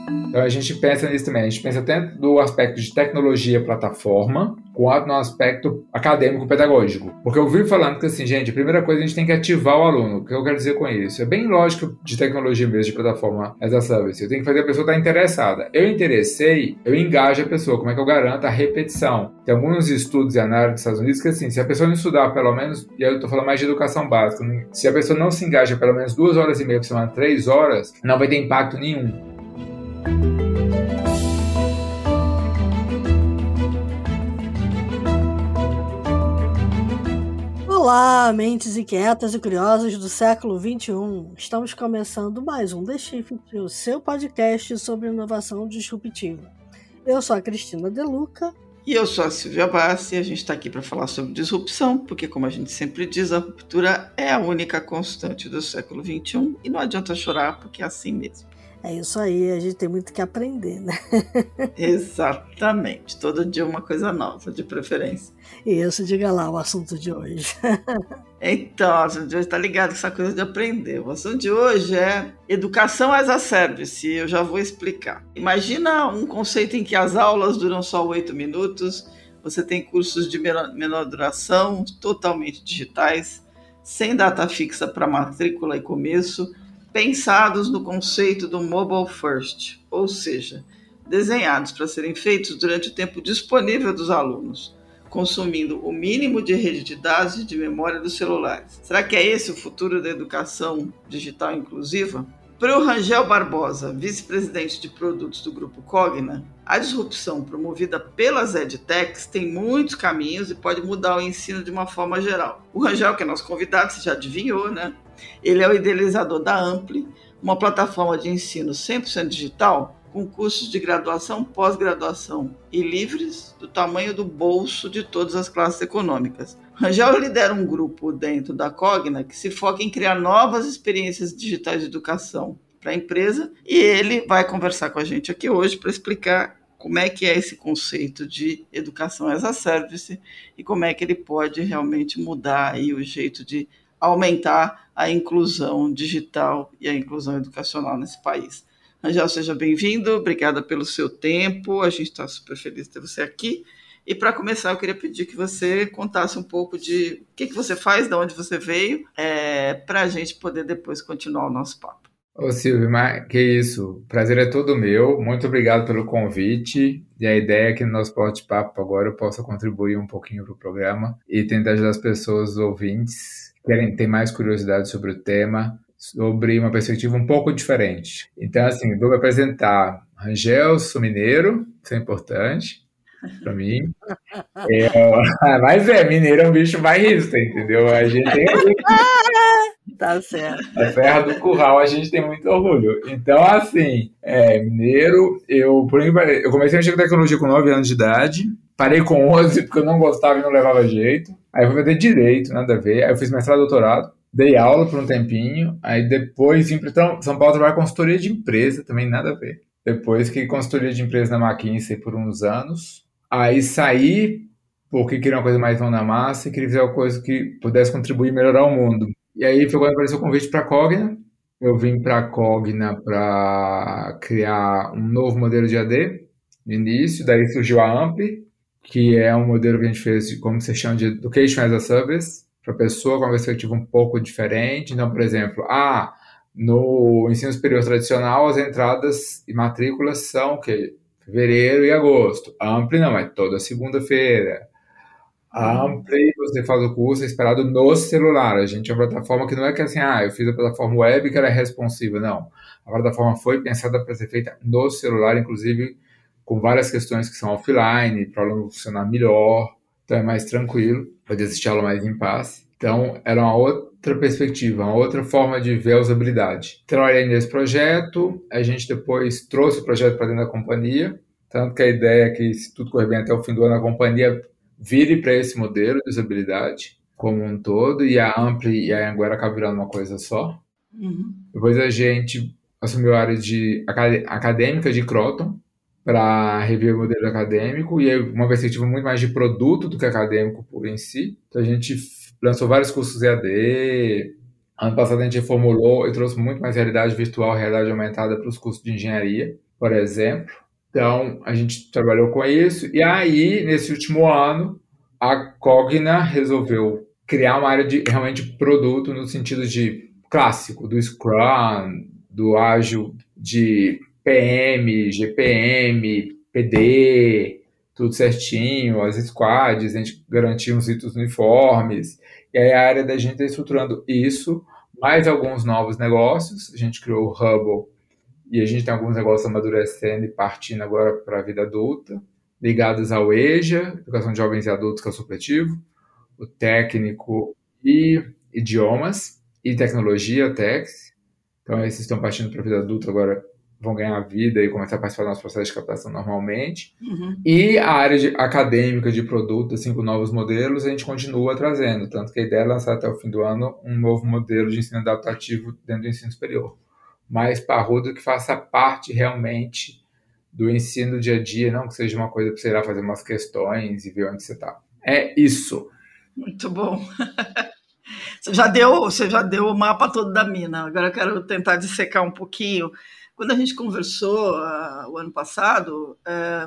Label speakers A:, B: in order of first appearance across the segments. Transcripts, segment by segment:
A: Então a gente pensa nisso também, a gente pensa tanto do aspecto de tecnologia plataforma, quanto no aspecto acadêmico-pedagógico. Porque eu vivo falando que assim, gente, a primeira coisa a gente tem que ativar o aluno. O que eu quero dizer com isso? É bem lógico de tecnologia mesmo, de plataforma as a service. Eu tenho que fazer a pessoa estar interessada. Eu interessei, eu engajo a pessoa. Como é que eu garanto a repetição? Tem alguns estudos e análises dos Estados Unidos que assim, se a pessoa não estudar pelo menos, e eu estou falando mais de educação básica, se a pessoa não se engaja pelo menos 2 horas e meia por semana, 3 horas, não vai ter impacto nenhum.
B: Olá, mentes inquietas e curiosas do século XXI. Estamos começando mais um The Shift, o seu podcast sobre inovação disruptiva. Eu sou a Cristina De Luca.
C: E eu sou a Silvia Bassi, e a gente está aqui para falar sobre disrupção, porque, como a gente sempre diz, a ruptura é a única constante do século XXI e não adianta chorar, porque é assim mesmo.
B: É isso aí, a gente tem muito que aprender, né?
C: Exatamente, todo dia uma coisa nova, de preferência.
B: Isso, diga lá o assunto de hoje.
C: Então, o assunto de hoje está ligado com essa coisa de aprender. O assunto de hoje é educação as a service, eu já vou explicar. Imagina um conceito em que as aulas duram só 8 minutos, você tem cursos de menor duração, totalmente digitais, sem data fixa para matrícula e começo, pensados no conceito do mobile first, ou seja, desenhados para serem feitos durante o tempo disponível dos alunos, consumindo o mínimo de rede de dados e de memória dos celulares. Será que é esse o futuro da educação digital inclusiva? Para o Rangel Barbosa, vice-presidente de produtos do Grupo Cogna, a disrupção promovida pelas EdTechs tem muitos caminhos e pode mudar o ensino de uma forma geral. O Rangel, que é nosso convidado, você já adivinhou, né? Ele é o idealizador da Ampli, uma plataforma de ensino 100% digital, com cursos de graduação, pós-graduação e livres do tamanho do bolso de todas as classes econômicas. Rangel lidera um grupo dentro da Cogna que se foca em criar novas experiências digitais de educação para a empresa e ele vai conversar com a gente aqui hoje para explicar como é que é esse conceito de educação as a service e como é que ele pode realmente mudar aí o jeito de aumentar a inclusão digital e a inclusão educacional nesse país. Rangel, seja bem-vindo, obrigada pelo seu tempo, a gente está super feliz de ter você aqui. E para começar, eu queria pedir que você contasse um pouco de o que você faz, de onde você veio, para a gente poder depois continuar o nosso papo.
A: Ô Silvio, que isso, o prazer é todo meu, muito obrigado pelo convite e a ideia é que no nosso bate-papo agora eu possa contribuir um pouquinho para o programa e tentar ajudar as pessoas, os ouvintes, que querem ter mais curiosidade sobre o tema, sobre uma perspectiva um pouco diferente. Então, assim, vou me apresentar. Rangel, sou mineiro, isso é importante para mim. Mas mineiro é um bicho bairrista, entendeu? A gente tem
B: Tá certo.
A: a Serra do Curral, a gente tem muito orgulho. Então, assim, mineiro, eu comecei a mexer com tecnologia com 9 anos de idade, parei com 11 porque eu não gostava e não levava jeito. Aí eu fui fazer direito, nada a ver. Aí eu fiz mestrado e doutorado. Dei aula por um tempinho, aí depois vim para São Paulo trabalhar com consultoria de empresa, também nada a ver. Depois fiquei consultoria de empresa na McKinsey por uns anos. Aí saí porque queria uma coisa mais mão na massa e queria fazer uma coisa que pudesse contribuir e melhorar o mundo. E aí foi quando apareceu o convite para a Cogna. Eu vim para a Cogna para criar um novo modelo de AD no início, daí surgiu a Ampli, que é um modelo que a gente fez de, como se chama, de Education as a Service, para a pessoa com uma perspectiva um pouco diferente. Então, por exemplo, no ensino superior tradicional, as entradas e matrículas são o quê? Fevereiro e agosto. A Ampli não, é toda segunda-feira. A Ampli, você faz o curso esperado no celular. A gente é uma plataforma que não é que assim, eu fiz a plataforma web que ela é responsiva. Não. A plataforma foi pensada para ser feita no celular, inclusive com várias questões que são offline, para o aluno funcionar melhor. Então é mais tranquilo, pode assistir a aula mais em paz. Então era uma outra perspectiva, uma outra forma de ver a usabilidade. Trabalhei nesse projeto, a gente depois trouxe o projeto para dentro da companhia, tanto que a ideia é que, se tudo correr bem até o fim do ano, a companhia vire para esse modelo de usabilidade como um todo, e a Ampli e a Anguera acabam virando uma coisa só. Depois a gente assumiu a área de acadêmica de Croton, para rever o modelo acadêmico, e uma perspectiva muito mais de produto do que acadêmico por em si. Então a gente lançou vários cursos EAD. Ano passado a gente reformulou e trouxe muito mais realidade virtual, realidade aumentada para os cursos de engenharia. por exemplo. Então, a gente trabalhou com isso. E aí, nesse último ano, a Cogna resolveu criar uma área de realmente produto no sentido de clássico, do Scrum, do ágil, de PM, GPM, PD, tudo certinho, as squads, a gente garantia uns ritos uniformes. E aí a área da gente está estruturando isso, mais alguns novos negócios. A gente criou o Hubble e a gente tem alguns negócios amadurecendo e partindo agora para a vida adulta, ligados ao EJA, Educação de Jovens e Adultos, que é o supletivo, o técnico e idiomas, e tecnologia, TECs. Então, esses estão partindo para a vida adulta, agora vão ganhar vida e começar a participar do nosso processo de captação normalmente. E a área acadêmica de produto, assim, com novos modelos, a gente continua trazendo, tanto que a ideia é lançar até o fim do ano um novo modelo de ensino adaptativo dentro do ensino superior, mais parrudo, que faça parte realmente do ensino dia a dia, não que seja uma coisa para você ir lá fazer umas questões e ver onde você está. É isso.
C: Muito bom. Você já deu o mapa todo da mina. Agora eu quero tentar dissecar um pouquinho. Quando a gente conversou o ano passado,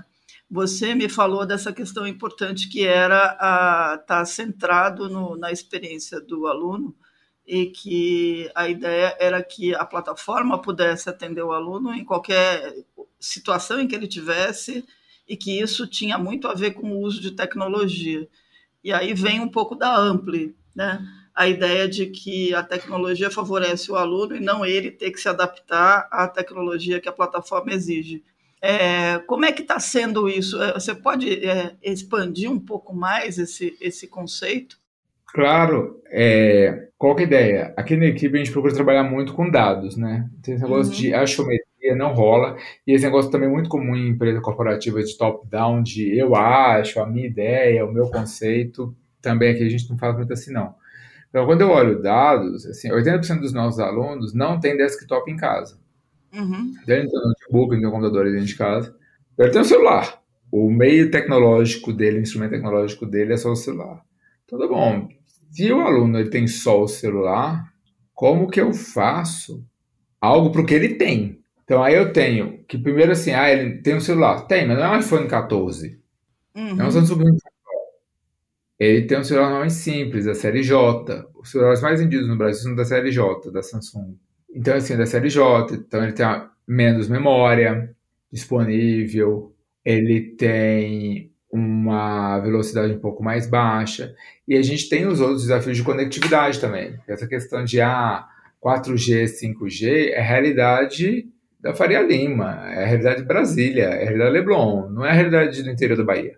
C: você me falou dessa questão importante que era estar centrado na experiência do aluno, e que a ideia era que a plataforma pudesse atender o aluno em qualquer situação em que ele tivesse, e que isso tinha muito a ver com o uso de tecnologia. E aí vem um pouco da Ampli, né? A ideia de que a tecnologia favorece o aluno e não ele ter que se adaptar à tecnologia que a plataforma exige. Como é que está sendo isso? Você pode expandir um pouco mais esse conceito?
A: Claro. Qual que é a ideia? Aqui na equipe a gente procura trabalhar muito com dados, né? Tem esse negócio de achometria, não rola. E esse negócio também é muito comum em empresa corporativa de top-down, de eu acho, a minha ideia, o meu conceito. Também aqui a gente não faz muito assim, não. Então, quando eu olho dados, assim, 80% dos nossos alunos não tem desktop em casa. Ele tem um notebook, ele tem um computador dentro de casa. Ele tem um celular. O meio tecnológico dele, o instrumento tecnológico dele é só o celular. Então, tá bom. Se o aluno ele tem só o celular, como que eu faço algo para o que ele tem? Então, aí eu tenho que, primeiro assim, ele tem um celular. Tem, mas não é um iPhone 14. Não é um Samsung. Ele tem um celular mais simples, da série J. Os celulares mais vendidos no Brasil são da série J, da Samsung. Então, assim, da série J. Então, ele tem menos memória disponível, ele tem uma velocidade um pouco mais baixa. E a gente tem os outros desafios de conectividade também. Essa questão de 4G, 5G é a realidade da Faria Lima, é a realidade de Brasília, é a realidade de Leblon, não é a realidade do interior da Bahia.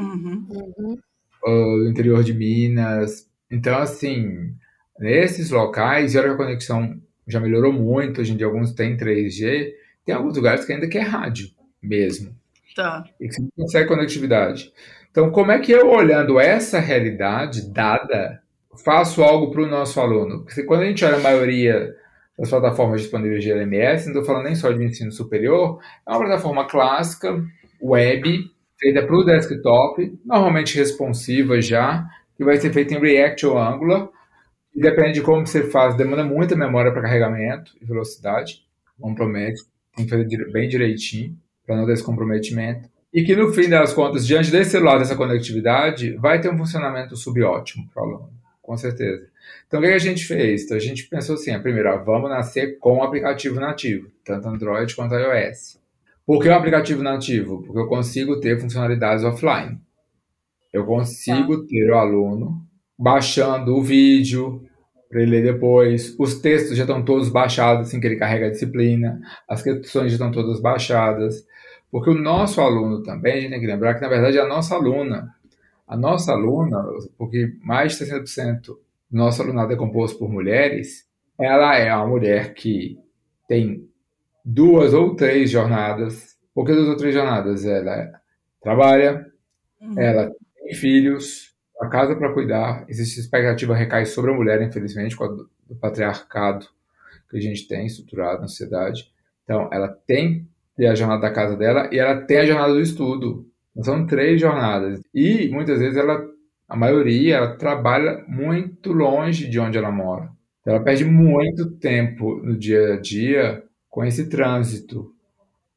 A: Do interior de Minas. Então, assim, nesses locais, e olha que a conexão já melhorou muito, hoje em dia alguns têm 3G, tem alguns lugares que ainda quer rádio mesmo.
C: Tá.
A: E que você não consegue conectividade. Então, como é que eu, olhando essa realidade dada, faço algo para o nosso aluno? Porque quando a gente olha a maioria das plataformas disponíveis de LMS, não estou falando nem só de ensino superior, é uma plataforma clássica, web, feita para o desktop, normalmente responsiva já, que vai ser feita em React ou Angular, e depende de como você faz, demanda muita memória para carregamento e velocidade, compromete, tem que fazer bem direitinho, para não ter esse comprometimento, e que no fim das contas, diante desse celular, dessa conectividade, vai ter um funcionamento subótimo para o aluno, com certeza. Então, o que a gente fez? Então, a gente pensou assim, primeiro, vamos nascer com um aplicativo nativo, tanto Android quanto iOS. Por que um aplicativo nativo? Porque eu consigo ter funcionalidades offline. Eu consigo ter o aluno baixando o vídeo para ele ler depois. Os textos já estão todos baixados assim que ele carrega a disciplina. As questões já estão todas baixadas. Porque o nosso aluno também, a gente tem que lembrar que, na verdade, é a nossa aluna. A nossa aluna, porque mais de 60% do nosso alunado é composto por mulheres, ela é uma mulher que tem 2 ou 3 jornadas. Por que 2 ou 3 jornadas? Ela trabalha, ela tem filhos, a casa para cuidar. Existe expectativa recai sobre a mulher, infelizmente, por causa do patriarcado que a gente tem estruturado na sociedade. Então, ela tem a jornada da casa dela e ela tem a jornada do estudo. Então, são 3 jornadas. E, muitas vezes, a maioria, ela trabalha muito longe de onde ela mora. Ela perde muito tempo no dia a dia com esse trânsito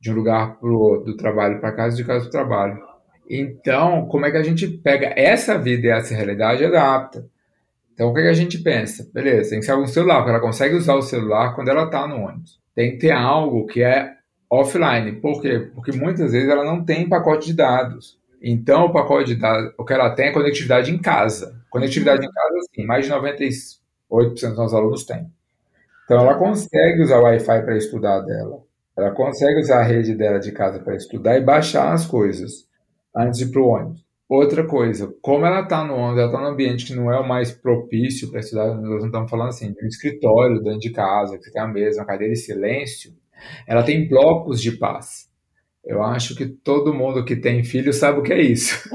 A: de um lugar para o outro, do trabalho para casa, de casa para o trabalho. Então, como é que a gente pega essa vida e essa realidade e adapta? Então, o que a gente pensa? Beleza, tem que ser algum celular, porque ela consegue usar o celular quando ela está no ônibus. Tem que ter algo que é offline. Por quê? Porque muitas vezes ela não tem pacote de dados. Então, o pacote de dados, o que ela tem é conectividade em casa. Conectividade em casa, sim, mais de 98% dos nossos alunos têm. Então, ela consegue usar o Wi-Fi para estudar dela. Ela consegue usar a rede dela de casa para estudar e baixar as coisas antes de ir para o ônibus. Outra coisa, como ela está no ônibus, ela está num ambiente que não é o mais propício para estudar, nós não estamos falando assim, de um escritório dentro de casa, que você tem a mesa, uma cadeira e silêncio, ela tem blocos de paz. Eu acho que todo mundo que tem filho sabe o que é isso.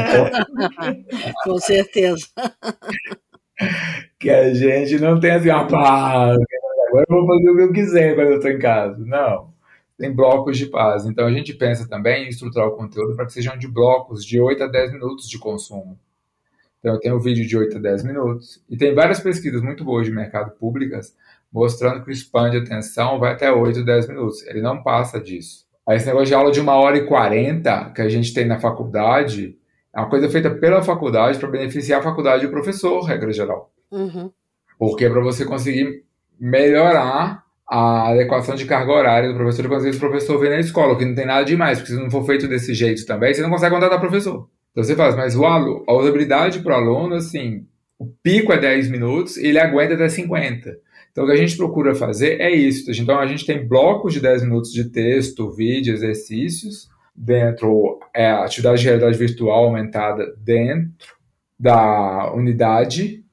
B: Com certeza.
A: Que a gente não tem assim, uma paz, agora eu vou fazer o que eu quiser quando eu estou em casa. Não. Tem blocos de paz. Então a gente pensa também em estruturar o conteúdo para que sejam de blocos de 8 a 10 minutos de consumo. Então eu tenho um vídeo de 8 a 10 minutos. E tem várias pesquisas muito boas de mercado públicas mostrando que o span de atenção vai até 8 a 10 minutos. Ele não passa disso. Aí esse negócio de aula de 1h40 que a gente tem na faculdade é uma coisa feita pela faculdade para beneficiar a faculdade e o professor, regra geral.
B: Uhum.
A: Porque é para você conseguir melhorar a adequação de carga horária do professor quando o professor vem na escola, que não tem nada demais, porque se não for feito desse jeito também, você não consegue contratar professor. Então você faz, mas a usabilidade para o aluno, assim, o pico é 10 minutos e ele aguenta até 50. Então o que a gente procura fazer é isso. Então a gente tem blocos de 10 minutos de texto, vídeo, exercícios, dentro, atividade de realidade virtual aumentada dentro da unidade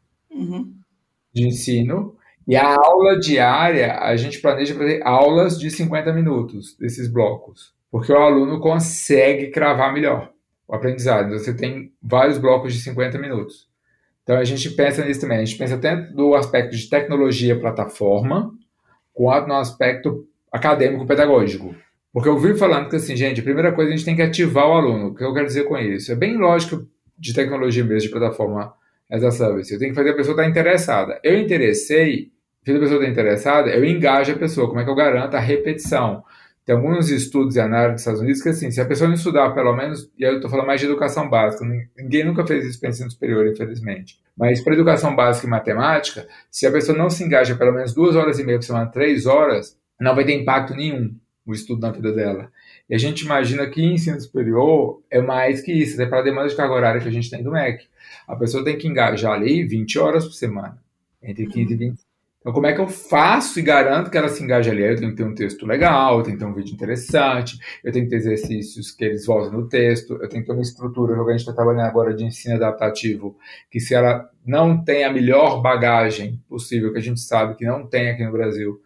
A: de ensino. E a aula diária, a gente planeja fazer aulas de 50 minutos desses blocos, porque o aluno consegue cravar melhor o aprendizado. Então, você tem vários blocos de 50 minutos. Então, a gente pensa nisso também. A gente pensa tanto do aspecto de tecnologia, plataforma, quanto no aspecto acadêmico-pedagógico. Porque eu vi falando que, assim, gente, a primeira coisa, a gente tem que ativar o aluno. O que eu quero dizer com isso? É bem lógico de tecnologia mesmo, de plataforma as a service. Eu tenho que fazer a pessoa estar interessada. Eu interessei, fiz a pessoa estar interessada, eu engajo a pessoa. Como é que eu garanto a repetição? Tem alguns estudos e análises dos Estados Unidos que, assim, se a pessoa não estudar pelo menos, e aí eu estou falando mais de educação básica, ninguém nunca fez isso para ensino superior, infelizmente, mas para educação básica e matemática, se a pessoa não se engaja pelo menos 2h30 por semana, 3 horas, não vai ter impacto nenhum o estudo na vida dela. E a gente imagina que ensino superior é mais que isso, até para a demanda de carga horária que a gente tem do MEC. A pessoa tem que engajar ali 20 horas por semana, entre 15 e 20. Então, como é que eu faço e garanto que ela se engaje ali? Eu tenho que ter um texto legal, eu tenho que ter um vídeo interessante, eu tenho que ter exercícios que eles voltem no texto, eu tenho que ter uma estrutura, que a gente está trabalhando agora de ensino adaptativo, que se ela não tem a melhor bagagem possível, que a gente sabe que não tem aqui no Brasil,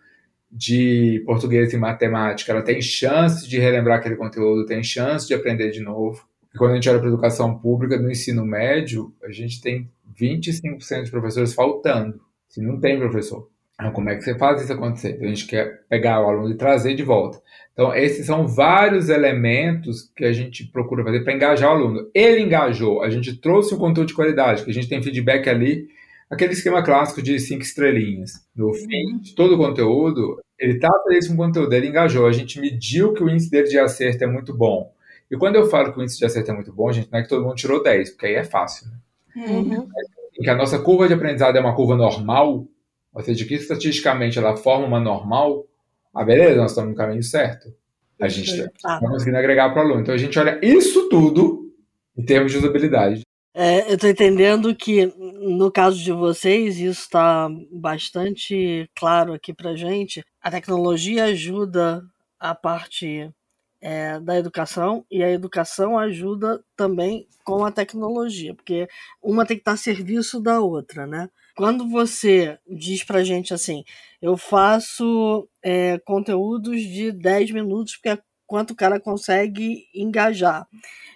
A: de português e matemática, ela tem chance de relembrar aquele conteúdo, tem chance de aprender de novo. E quando a gente olha para a educação pública, no ensino médio, a gente tem 25% de professores faltando, se não tem professor. Então, como é que você faz isso acontecer? Então, a gente quer pegar o aluno e trazer de volta. Então, esses são vários elementos que a gente procura fazer para engajar o aluno. Ele engajou, a gente trouxe um conteúdo de qualidade, que a gente tem feedback ali, aquele esquema clássico de 5 estrelinhas. No fim de todo o conteúdo, ele está feliz com o conteúdo, ele engajou. A gente mediu que o índice dele de acerto é muito bom. E quando eu falo que o índice de acerto é muito bom, gente, não é que todo mundo tirou 10, porque aí é fácil, né? Que a nossa curva de aprendizado é uma curva normal, ou seja, que estatisticamente ela forma uma normal, beleza, nós estamos no caminho certo. A gente está conseguindo agregar para o aluno. Então a gente olha isso tudo em termos de usabilidade.
B: Eu estou entendendo que, no caso de vocês, isso está bastante claro aqui para gente. A tecnologia ajuda a parte da educação e a educação ajuda também com a tecnologia, porque uma tem que estar a serviço da outra, né? Quando você diz pra gente assim, eu faço conteúdos de 10 minutos, porque é quanto o cara consegue engajar.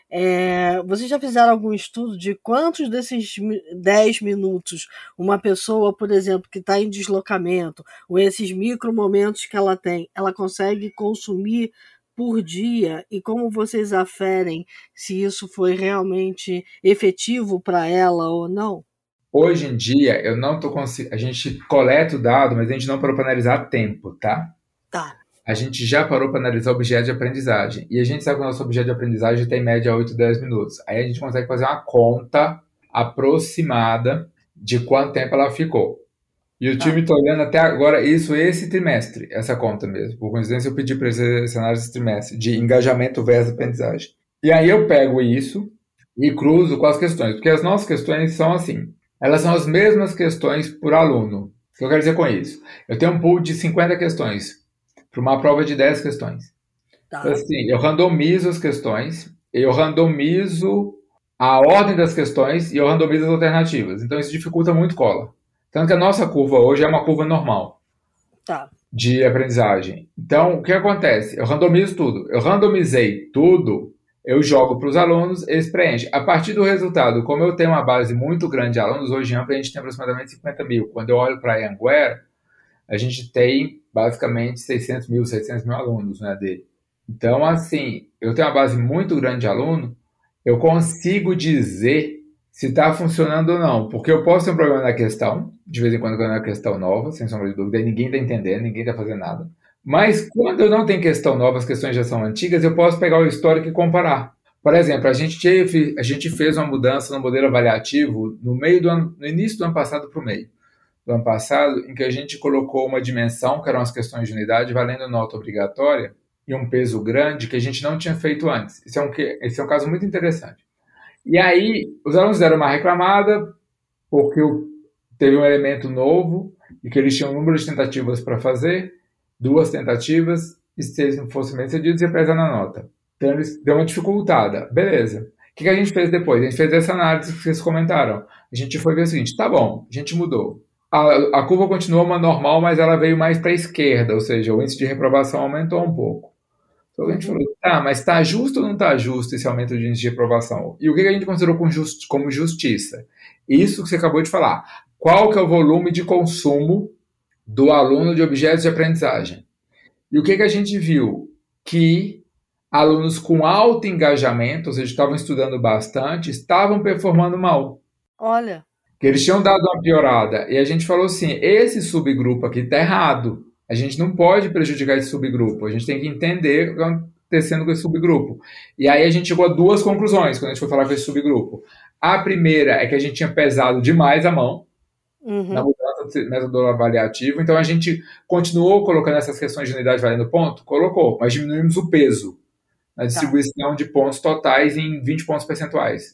B: Vocês já fizeram algum estudo de quantos desses 10 minutos uma pessoa, por exemplo, que está em deslocamento, ou esses micro momentos que ela tem, ela consegue consumir por dia, e como vocês aferem se isso foi realmente efetivo para ela ou não?
A: Hoje em dia, eu não estou conseguindo. A gente coleta o dado, mas a gente não parou para analisar tempo, tá?
B: Tá.
A: a gente já parou para analisar objetos de aprendizagem. E a gente sabe que o nosso objeto de aprendizagem tem em média 8, 10 minutos. Aí a gente consegue fazer uma conta aproximada de quanto tempo ela ficou. E o time está olhando até agora esse trimestre, essa conta mesmo. Por coincidência, eu pedi para eles análise esse trimestre, de engajamento versus aprendizagem. E aí eu pego isso e cruzo com as questões, porque as nossas questões são assim, elas são as mesmas questões por aluno. O que eu quero dizer com isso? Eu tenho um pool de 50 questões para uma prova de 10 questões.
B: Tá.
A: Então, assim, eu randomizo as questões, eu randomizo a ordem das questões e eu randomizo as alternativas. Então isso dificulta muito cola. Tanto que a nossa curva hoje é uma curva normal de aprendizagem. Então, o que acontece? Eu randomizo tudo. Eu randomizei tudo, eu jogo para os alunos, eles preenchem. A partir do resultado, como eu tenho uma base muito grande de alunos, hoje em Ampla a gente tem aproximadamente 50 mil. Quando eu olho para a Anhanguera, a gente tem basicamente 600 mil, 700 mil alunos, né, dele. Então, assim, eu tenho uma base muito grande de aluno, eu consigo dizer se está funcionando ou não, porque eu posso ter um problema na questão, de vez em quando é uma questão nova, sem sombra de dúvida, e ninguém está entendendo, ninguém está fazendo nada. Mas quando eu não tenho questão nova, as questões já são antigas, eu posso pegar o histórico e comparar. Por exemplo, a gente fez uma mudança no modelo avaliativo no início do ano passado para o meio do ano passado, em que a gente colocou uma dimensão, que eram as questões de unidade, valendo nota obrigatória, e um peso grande que a gente não tinha feito antes. Esse é um caso muito interessante. E aí, os alunos deram uma reclamada, porque teve um elemento novo, e que eles tinham um número de tentativas para fazer, 2 tentativas, e se eles não fossem bem cedidos, ia pesar na nota. Então, eles deu uma dificultada. Beleza. O que a gente fez depois? A gente fez essa análise que vocês comentaram. A gente foi ver o seguinte, tá bom, a gente mudou. A curva continuou uma normal, mas ela veio mais para a esquerda, ou seja, o índice de reprovação aumentou um pouco. Então a gente falou, mas está justo ou não está justo esse aumento de índice de reprovação? E o que a gente considerou como justiça? Isso que você acabou de falar. Qual que é o volume de consumo do aluno de objetos de aprendizagem? E o que a gente viu? Que alunos com alto engajamento, ou seja, estavam estudando bastante, estavam performando mal.
B: Olha.
A: Que eles tinham dado uma piorada. E a gente falou assim, esse subgrupo aqui está errado. A gente não pode prejudicar esse subgrupo. A gente tem que entender o que está acontecendo com esse subgrupo. E aí a gente chegou a 2 conclusões quando a gente foi falar com esse subgrupo. A primeira é que a gente tinha pesado demais a mão na mudança do método avaliativo. Então a gente continuou colocando essas questões de unidade valendo ponto? Colocou, mas diminuímos o peso na distribuição de pontos totais em 20 pontos percentuais.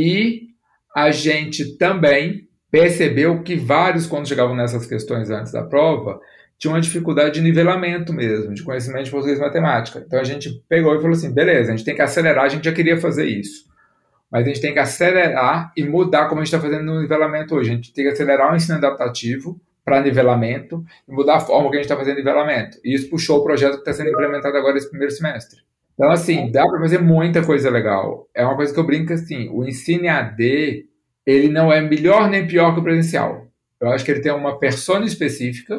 A: E a gente também percebeu que vários, quando chegavam nessas questões antes da prova, tinham uma dificuldade de nivelamento mesmo, de conhecimento de português e matemática. Então a gente pegou e falou assim, beleza, a gente tem que acelerar, a gente já queria fazer isso, mas a gente tem que acelerar e mudar como a gente está fazendo no nivelamento hoje. A gente tem que acelerar o ensino adaptativo para nivelamento e mudar a forma que a gente está fazendo nivelamento. E isso puxou o projeto que está sendo implementado agora esse primeiro semestre. Então, assim, dá para fazer muita coisa legal. É uma coisa que eu brinco assim, o ensino EAD, ele não é melhor nem pior que o presencial. Eu acho que ele tem uma persona específica,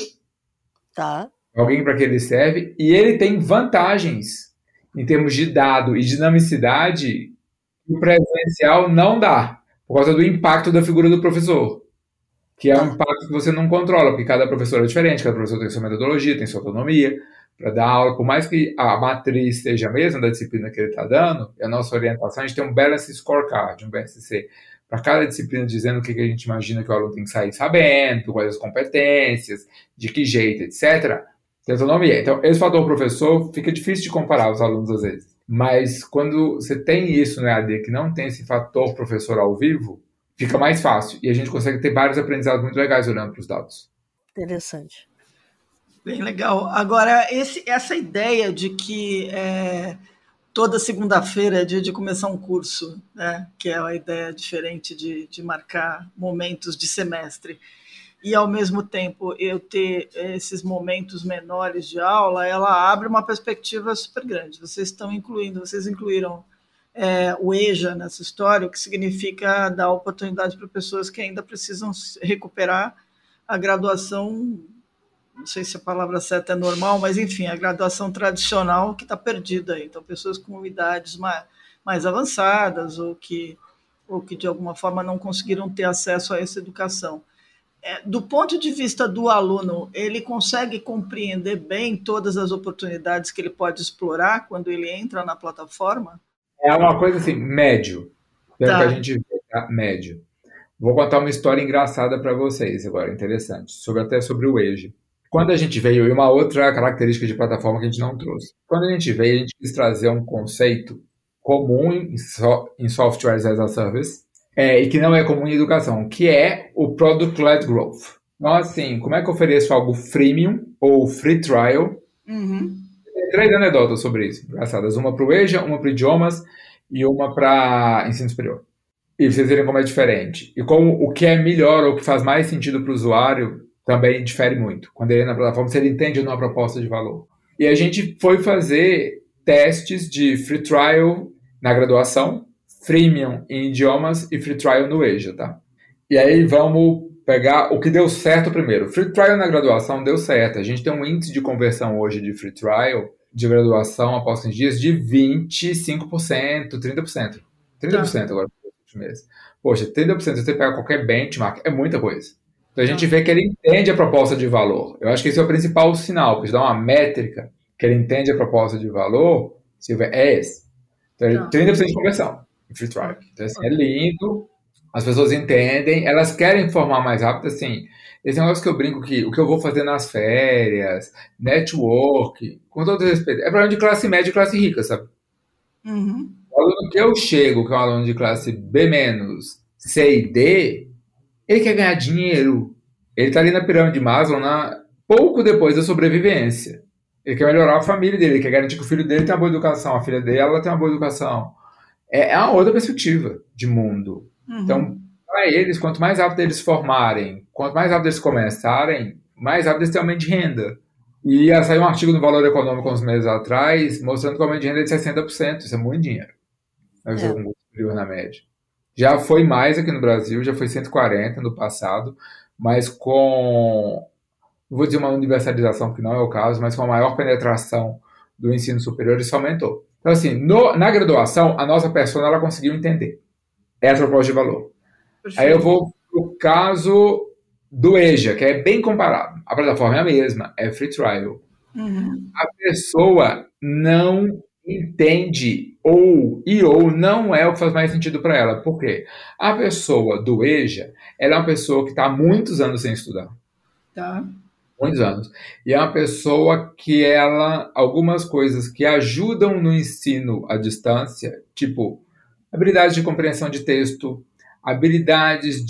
A: alguém para que ele serve, e ele tem vantagens em termos de dado e dinamicidade que o presencial não dá, por causa do impacto da figura do professor, que é um impacto que você não controla, porque cada professor é diferente, cada professor tem sua metodologia, tem sua autonomia para dar aula, por mais que a matriz seja a mesma da disciplina que ele está dando, a nossa orientação, a gente tem um Balance Scorecard, um BSC, para cada disciplina dizendo o que a gente imagina que o aluno tem que sair sabendo, quais as competências, de que jeito, etc. Tem autonomia. Então, esse fator professor fica difícil de comparar os alunos às vezes. Mas quando você tem isso no EAD, que não tem esse fator professor ao vivo, fica mais fácil. E a gente consegue ter vários aprendizados muito legais olhando para os dados.
B: Interessante.
C: Bem legal. Agora, essa ideia de que toda segunda-feira é dia de começar um curso, né? Que é uma ideia diferente de marcar momentos de semestre, e ao mesmo tempo eu ter esses momentos menores de aula, ela abre uma perspectiva super grande. Vocês incluíram o EJA nessa história, o que significa dar oportunidade para pessoas que ainda precisam recuperar a graduação, não sei se a palavra certa é normal, mas enfim, a graduação tradicional que está perdida aí. Então, pessoas com idades mais avançadas ou que de alguma forma não conseguiram ter acesso a essa educação. Do ponto de vista do aluno, ele consegue compreender bem todas as oportunidades que ele pode explorar quando ele entra na plataforma?
A: É uma coisa assim, médio. Pelo que a
C: Tá.
A: gente vê, tá? Médio. Vou contar uma história engraçada para vocês agora, interessante, até sobre o EJA. Quando a gente veio, e uma outra característica de plataforma que a gente não trouxe. Quando a gente veio, a gente quis trazer um conceito comum em software as a service, e que não é comum em educação, que é o Product-Led Growth. Então, assim, como é que eu ofereço algo freemium ou free trial? Tem 3 anedotas sobre isso, engraçadas. Uma para o EJA, uma para idiomas e uma para ensino superior. E vocês verem como é diferente. E como o que é melhor ou o que faz mais sentido para o usuário também difere muito. Quando ele entra na plataforma, se ele entende ou não a proposta de valor. E a gente foi fazer testes de free trial na graduação, freemium em idiomas e free trial no EJA, tá? E aí vamos pegar o que deu certo primeiro. Free trial na graduação deu certo. A gente tem um índice de conversão hoje de free trial de graduação após 15 dias de 25%, 30%. 30% agora nos últimos meses. Poxa, 30% se você pegar qualquer benchmark, é muita coisa. Então a gente vê que ele entende a proposta de valor. Eu acho que esse é o principal sinal, porque dá uma métrica que ele entende a proposta de valor, é esse. Então, 30% de conversão em free trial. Então, assim, é lindo, as pessoas entendem, elas querem formar mais rápido, assim, esse negócio que eu brinco que o que eu vou fazer nas férias, network, com todo respeito, é problema de classe média e classe rica, sabe? O aluno que eu chego, que é um aluno de classe B-, C e D, ele quer ganhar dinheiro. Ele está ali na pirâmide de Maslow, pouco depois da sobrevivência. Ele quer melhorar a família dele, ele quer garantir que o filho dele tem uma boa educação, a filha dele ela tem uma boa educação. É uma outra perspectiva de mundo. Então, para eles, quanto mais rápido eles formarem, quanto mais rápido eles começarem, mais rápido eles têm aumento de renda. E saiu um artigo no Valor Econômico uns meses atrás, mostrando que o aumento de renda é de 60%. Isso é muito dinheiro. Mas é um gosto superior na média. Já foi mais aqui no Brasil, já foi 140 no passado, mas com, não vou dizer uma universalização, que não é o caso, mas com a maior penetração do ensino superior, isso aumentou. Então, assim, na graduação, a nossa persona ela conseguiu entender essa proposta de valor. Perfeito. Aí eu vou pro caso do EJA, que é bem comparado. A plataforma é a mesma, é free trial. A pessoa não entende ou não é o que faz mais sentido para ela. Por quê? A pessoa do EJA, ela é uma pessoa que está há muitos anos sem estudar.
C: Tá.
A: Muitos anos. E é uma pessoa que algumas coisas que ajudam no ensino à distância, tipo habilidades de compreensão de texto, habilidades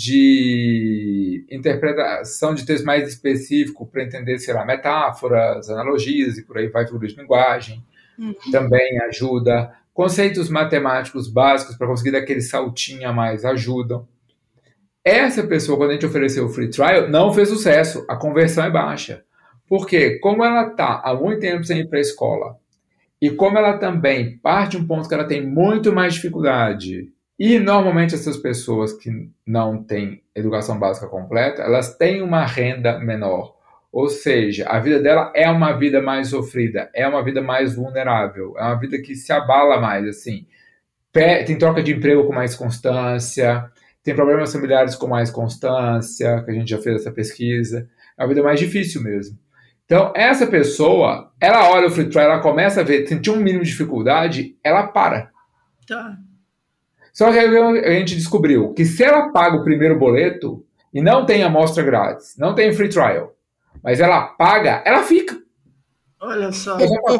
A: de interpretação de texto mais específico para entender, sei lá, metáforas, analogias e por aí vai, figuras de linguagem. Também ajuda. Conceitos matemáticos básicos para conseguir dar aquele saltinho a mais ajudam. Essa pessoa, quando a gente ofereceu o free trial, não fez sucesso. A conversão é baixa. Porque, como ela está há muito tempo sem ir para a escola, e como ela também parte de um ponto que ela tem muito mais dificuldade, e normalmente essas pessoas que não têm educação básica completa, elas têm uma renda menor. Ou seja, a vida dela é uma vida mais sofrida, é uma vida mais vulnerável, é uma vida que se abala mais, assim. Tem troca de emprego com mais constância, tem problemas familiares com mais constância, que a gente já fez essa pesquisa. É uma vida mais difícil mesmo. Então, essa pessoa, ela olha o free trial, ela começa a ver, sentir um mínimo de dificuldade, ela para.
C: Tá.
A: Só que aí a gente descobriu que se ela paga o primeiro boleto e não tem amostra grátis, não tem free trial, mas ela paga, ela fica.
C: Olha só.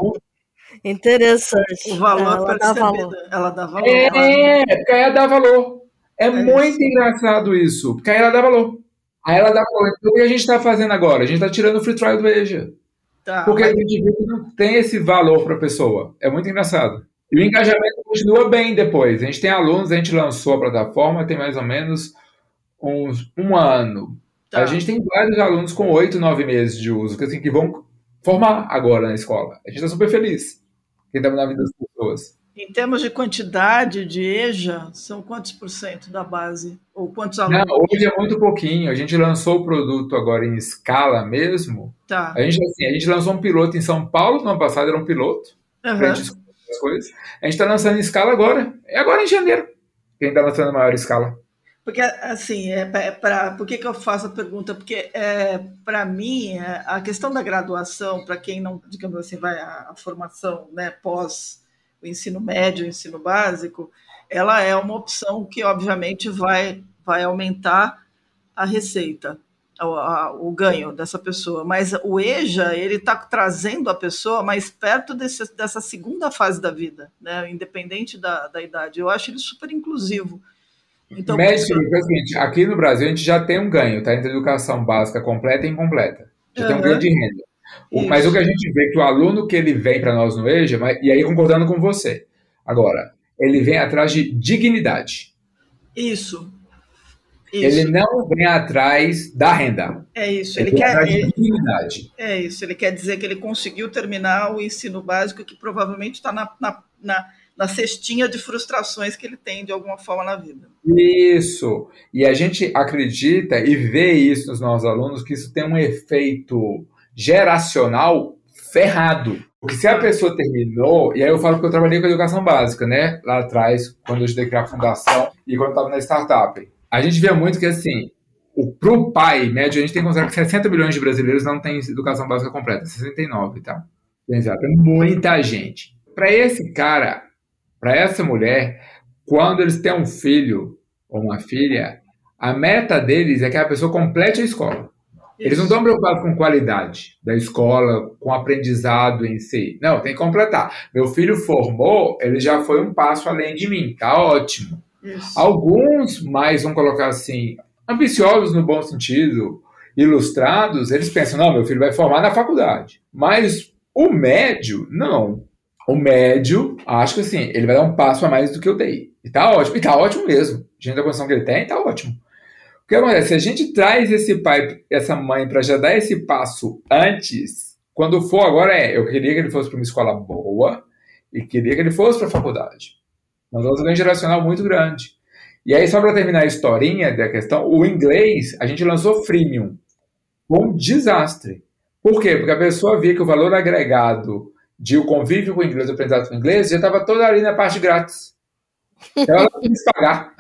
B: Interessante.
C: O valor
B: ela dá valor.
C: Ela dá valor.
A: Porque aí ela dá valor. É muito engraçado isso. Porque aí ela dá valor. Aí ela dá valor. Então, o que a gente está fazendo agora? A gente está tirando o free trial do EJA.
C: Tá,
A: porque a gente vê que não tem esse valor para a pessoa. É muito engraçado. E o engajamento continua bem depois. A gente tem alunos, a gente lançou a plataforma tem mais ou menos um ano. Tá. A gente tem vários alunos com 8, 9 meses de uso, que vão formar agora na escola. A gente está super feliz. Quem está na vida das pessoas.
C: Em termos de quantidade de EJA, são quantos % da base? Ou quantos alunos?
A: Não, hoje é muito pouquinho. A gente lançou o produto agora em escala mesmo.
C: Tá.
A: A gente lançou um piloto em São Paulo, no ano passado era um piloto. Pra gente descobrir as coisas. A gente está lançando em escala agora. É agora em janeiro. Quem está lançando em maior escala.
C: Porque, assim, por que eu faço a pergunta? Porque, para mim, a questão da graduação, para quem não, digamos assim, vai à formação, né, pós o ensino médio, o ensino básico, ela é uma opção que, obviamente, vai aumentar a receita, o ganho dessa pessoa. Mas o EJA, ele está trazendo a pessoa mais perto dessa segunda fase da vida, né, independente da idade. Eu acho ele super inclusivo. Então,
A: Médico, é o seguinte, aqui no Brasil a gente já tem um ganho, tá? Entre educação básica completa e incompleta. Já tem um ganho de renda. Mas o que a gente vê é que o aluno que ele vem para nós no EJA, e aí concordando com você, agora, ele vem atrás de dignidade.
C: Isso.
A: Ele não vem atrás da renda.
C: É isso.
A: Ele quer atrás de dignidade.
C: É isso. Ele quer dizer que ele conseguiu terminar o ensino básico, que provavelmente está na cestinha de frustrações que ele tem de alguma forma na vida.
A: Isso. E a gente acredita e vê isso nos nossos alunos, que isso tem um efeito geracional ferrado. Porque se a pessoa terminou, e aí eu falo que eu trabalhei com educação básica, né? Lá atrás, quando eu ajudei a criar a fundação e quando eu estava na startup. A gente vê muito que, assim, pro pai médio, a gente tem que considerar que 60 milhões de brasileiros não têm educação básica completa. 69, tá? Exato. É muita gente. Para esse cara, para essa mulher, quando eles têm um filho ou uma filha, a meta deles é que a pessoa complete a escola. Eles não estão preocupados com qualidade da escola, com aprendizado em si. Não, tem que completar. Meu filho formou, ele já foi um passo além de mim. Tá ótimo. Isso. Alguns mais, vamos colocar assim, ambiciosos no bom sentido, ilustrados, eles pensam, não, meu filho vai formar na faculdade. Mas o médio, não. O médio, acho que assim, ele vai dar um passo a mais do que eu dei. E tá ótimo mesmo. Gente da condição que ele tem, tá ótimo. O que acontece? Se a gente traz esse pai, essa mãe, para já dar esse passo antes, quando for agora eu queria que ele fosse para uma escola boa e queria que ele fosse para a faculdade. Nós temos um ganho geracional muito grande. E aí, só para terminar a historinha da questão, o inglês, a gente lançou freemium. Foi um desastre. Por quê? Porque a pessoa via que o valor agregado de o convívio com o inglês, o aprendizado com o inglês, já estava toda ali na parte grátis. Então ela não quis pagar.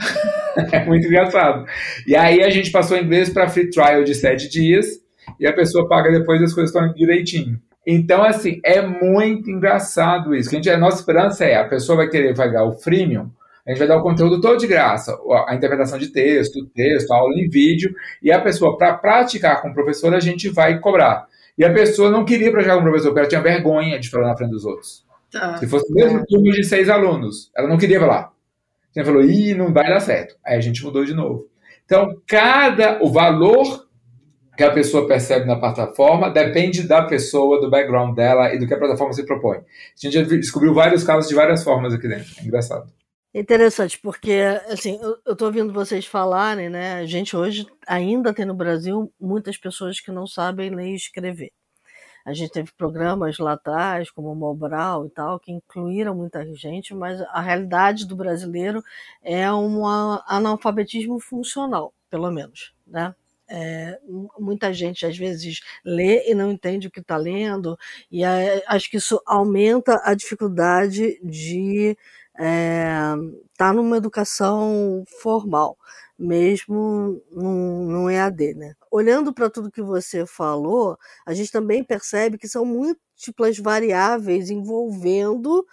A: É muito engraçado. E aí a gente passou o inglês para free trial de 7 dias e a pessoa paga depois as coisas estão direitinho. Então, assim, é muito engraçado isso. A nossa esperança a pessoa vai querer pagar o freemium, a gente vai dar o conteúdo todo de graça, a interpretação de texto, a aula em vídeo, e a pessoa, para praticar com o professor, a gente vai cobrar. E a pessoa não queria praticar com o professor, porque ela tinha vergonha de falar na frente dos outros. Tá. Se fosse o mesmo turno de 6 alunos, ela não queria falar. Você falou, não vai dar certo. Aí a gente mudou de novo. Então, o valor que a pessoa percebe na plataforma depende da pessoa, do background dela e do que a plataforma se propõe. A gente já descobriu vários casos de várias formas aqui dentro. É engraçado.
B: Interessante, porque assim, eu estou ouvindo vocês falarem, né? A gente hoje ainda tem no Brasil muitas pessoas que não sabem ler e escrever. A gente teve programas lá atrás, como o Mobral e tal, que incluíram muita gente, mas a realidade do brasileiro é um analfabetismo funcional, pelo menos, né? Muita gente às vezes lê e não entende o que está lendo, e acho que isso aumenta a dificuldade de estar numa educação formal, mesmo num EAD, né? Olhando para tudo que você falou, a gente também percebe que são múltiplas variáveis envolvendo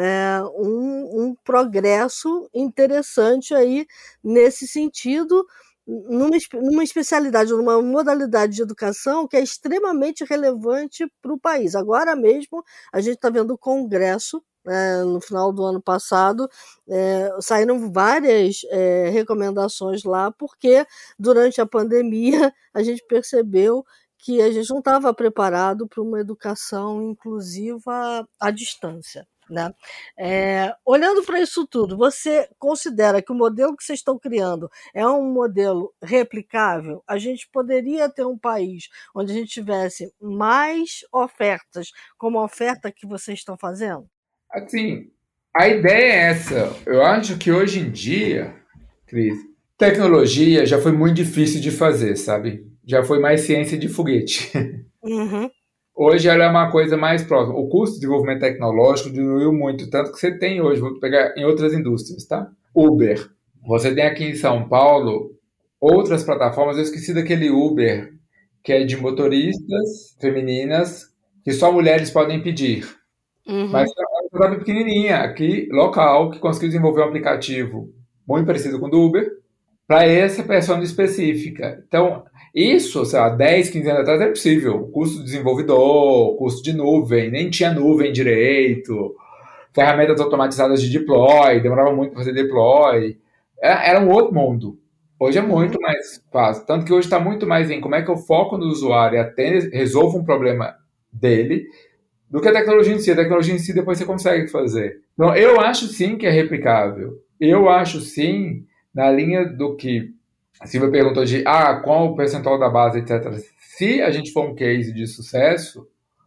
B: um progresso interessante aí nesse sentido, numa especialidade, numa modalidade de educação que é extremamente relevante para o país. Agora mesmo, a gente está vendo o Congresso, no final do ano passado, saíram várias recomendações lá, porque durante a pandemia a gente percebeu que a gente não estava preparado para uma educação inclusiva à distância. Né? Olhando para isso tudo, você considera que o modelo que vocês estão criando é um modelo replicável? A gente poderia ter um país onde a gente tivesse mais ofertas, como a oferta que vocês estão fazendo?
A: Assim, a ideia é essa. Eu acho que hoje em dia, Cris, tecnologia já foi muito difícil de fazer, sabe? Já foi mais ciência de foguete.
B: Uhum.
A: Hoje ela é uma coisa mais próxima. O custo de desenvolvimento tecnológico diminuiu muito, tanto que você tem hoje, vou pegar em outras indústrias, tá? Uber. Você tem aqui em São Paulo outras plataformas, eu esqueci daquele Uber, que é de motoristas femininas, que só mulheres podem pedir. Mas
B: Uhum.
A: é uma startup pequenininha aqui, local, que conseguiu desenvolver um aplicativo muito parecido com o do Uber, para essa persona específica. Então, isso, sei lá, 10, 15 anos atrás é possível. Custo de desenvolvedor, custo de nuvem, nem tinha nuvem direito, ferramentas automatizadas de deploy, demorava muito para fazer deploy. Era um outro mundo. Hoje é muito
B: Uhum.
A: mais fácil. Tanto que hoje está muito mais em como é que eu foco no usuário e até resolvo um problema dele, do que a tecnologia em si. A tecnologia em si depois você consegue fazer. Então, eu acho sim que é replicável. Eu acho sim, na linha do que a Silvia perguntou de qual o percentual da base, etc. Se a gente for um case de sucesso,